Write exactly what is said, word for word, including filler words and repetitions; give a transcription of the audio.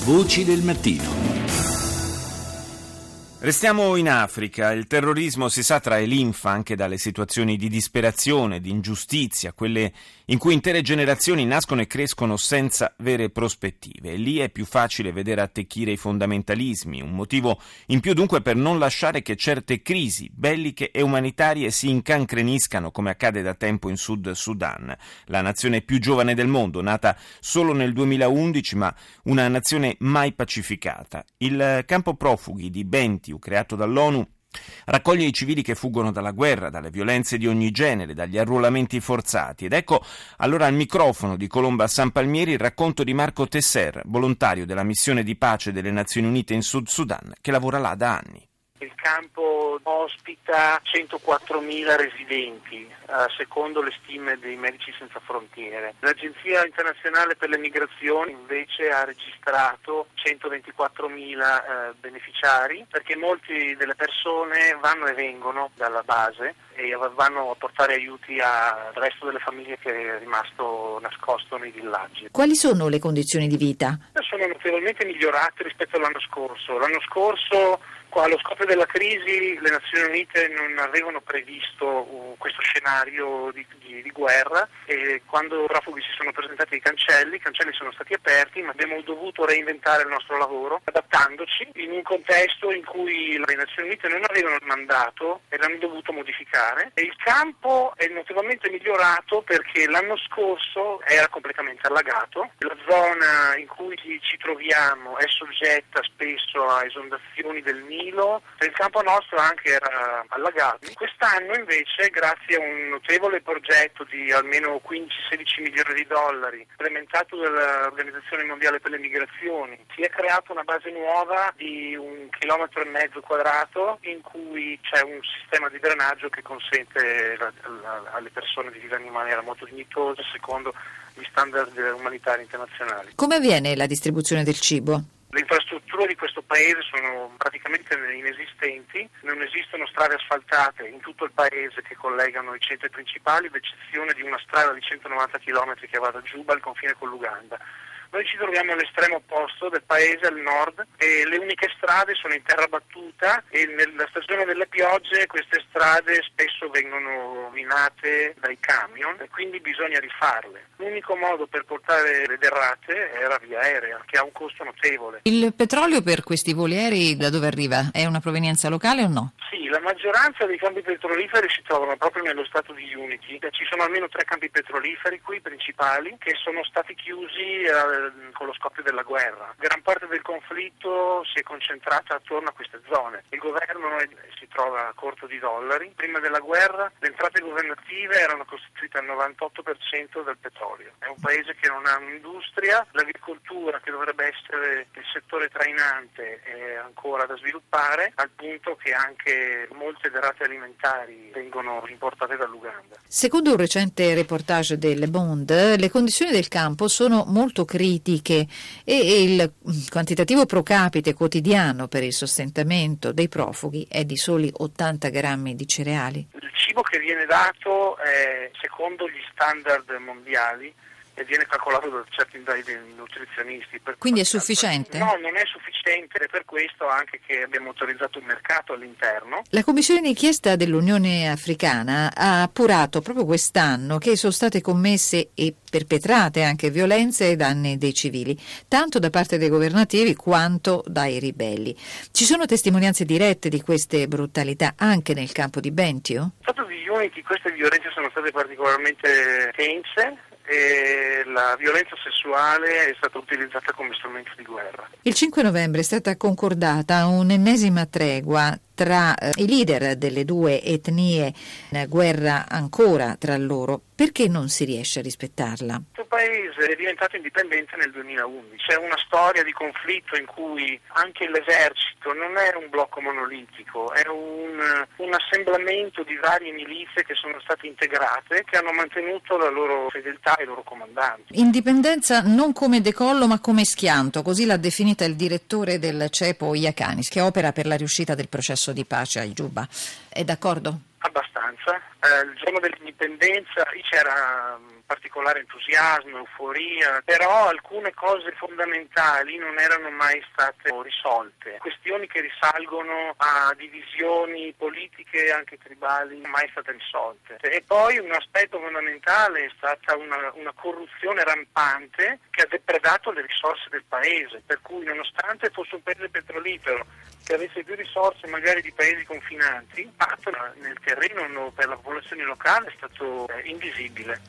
Voci del mattino. Restiamo in Africa. Il terrorismo, si sa, trae linfa anche dalle situazioni di disperazione, di ingiustizia, quelle in cui intere generazioni nascono e crescono senza vere prospettive. E lì è più facile vedere attecchire i fondamentalismi, un motivo in più dunque per non lasciare che certe crisi belliche e umanitarie si incancreniscano, come accade da tempo in Sud Sudan, la nazione più giovane del mondo, nata solo nel duemilaundici, ma una nazione mai pacificata. Il campo profughi di Bentiu, creato dall'ONU, raccoglie i civili che fuggono dalla guerra, dalle violenze di ogni genere, dagli arruolamenti forzati. Ed ecco allora al microfono di Colomba San Palmieri il racconto di Marco Tesser, volontario della missione di pace delle Nazioni Unite in Sud Sudan, che lavora là da anni. Il campo ospita centoquattromila residenti, eh, secondo le stime dei Medici Senza Frontiere. L'Agenzia Internazionale per le Migrazioni invece ha registrato centoventiquattromila eh, beneficiari, perché molti delle persone vanno e vengono dalla base e vanno a portare aiuti al resto delle famiglie che è rimasto nascosto nei villaggi. Quali sono le condizioni di vita? Sono notevolmente migliorate rispetto all'anno scorso. L'anno scorso, allo scoppio della crisi, le Nazioni Unite non avevano previsto uh, questo scenario di, di, di guerra, e quando i profughi si sono presentati ai cancelli, i cancelli sono stati aperti, ma abbiamo dovuto reinventare il nostro lavoro, adattandoci in un contesto in cui le Nazioni Unite non avevano il mandato e l'hanno dovuto modificare. E il campo è notevolmente migliorato perché l'anno scorso era completamente allagato. La zona in cui ci troviamo è soggetta spesso a esondazioni del Nilo. Il campo nostro anche era allagato. Quest'anno invece, grazie a un notevole progetto di almeno quindici sedici milioni di dollari implementato dall'Organizzazione Mondiale per le Migrazioni, si è creata una base nuova di un chilometro e mezzo quadrato in cui c'è un sistema di drenaggio che consente la, la, alle persone di vivere in maniera molto dignitosa secondo gli standard umanitari internazionali. Come avviene la distribuzione del cibo? Le infrastrutture di questo paese sono praticamente inesistenti, non esistono strade asfaltate in tutto il paese che collegano i centri principali, ad eccezione di una strada di centonovanta chilometri che va da Giuba al confine con l'Uganda. Noi ci troviamo all'estremo opposto del paese, al nord, e le uniche strade sono in terra battuta, e nella stagione delle piogge queste strade spesso vengono minate dai camion e quindi bisogna rifarle. L'unico modo per portare le derrate era via aerea, che ha un costo notevole. Il petrolio per questi voli aerei da dove arriva? È una provenienza locale o no? Sì, la maggioranza dei campi petroliferi si trovano proprio nello stato di Unity. Ci sono almeno tre campi petroliferi qui principali che sono stati chiusi eh, con lo scoppio della guerra. Gran parte del conflitto si è concentrata attorno a queste zone. Il governo è, si trova a corto di dollari. Prima della guerra le entrate governative erano costituite al novantotto per cento del petrolio. È un paese che non ha un'industria, l'agricoltura, che dovrebbe essere il settore trainante, è ancora da sviluppare, al punto che anche molte derrate alimentari vengono importate dall'Uganda. Secondo un recente reportage del Le Monde, le condizioni del campo sono molto critiche e il quantitativo pro capite quotidiano per il sostentamento dei profughi è di soli ottanta grammi di cereali. Il cibo che viene dato è secondo gli standard mondiali e viene calcolato da certi dai nutrizionisti. Per Quindi è sufficiente? No, non è sufficiente, è per questo anche che abbiamo autorizzato il mercato all'interno. La Commissione d'inchiesta dell'Unione Africana ha appurato proprio quest'anno che sono state commesse e perpetrate anche violenze ai danni dei civili, tanto da parte dei governativi quanto dai ribelli. Ci sono testimonianze dirette di queste brutalità anche nel campo di Bentiu? Nel stato di Unity queste violenze sono state particolarmente tense, e la violenza sessuale è stata utilizzata come strumento di guerra. Il cinque novembre è stata concordata un'ennesima tregua tra eh, i leader delle due etnie, in guerra ancora tra loro. Perché non si riesce a rispettarla? Questo paese è diventato indipendente nel duemilaundici. C'è una storia di conflitto in cui anche l'esercito non è un blocco monolitico, è un, un assemblamento di varie milizie che sono state integrate, che hanno mantenuto la loro fedeltà ai loro comandanti. Indipendenza non come decollo ma come schianto, così l'ha definita il direttore del CEPO Iakanis, che opera per la riuscita del processo di pace a Giuba. È d'accordo? Abbastanza. Eh, il giorno dell'indipendenza c'era particolare entusiasmo, euforia, però alcune cose fondamentali non erano mai state risolte. Questioni che risalgono a divisioni politiche e anche tribali non mai state risolte. E poi un aspetto fondamentale è stata una, una corruzione rampante che ha depredato le risorse del paese, per cui nonostante fosse un paese petrolifero che avesse più risorse magari di paesi confinanti, l'impatto nel terreno per la popolazione locale è stato invisibile.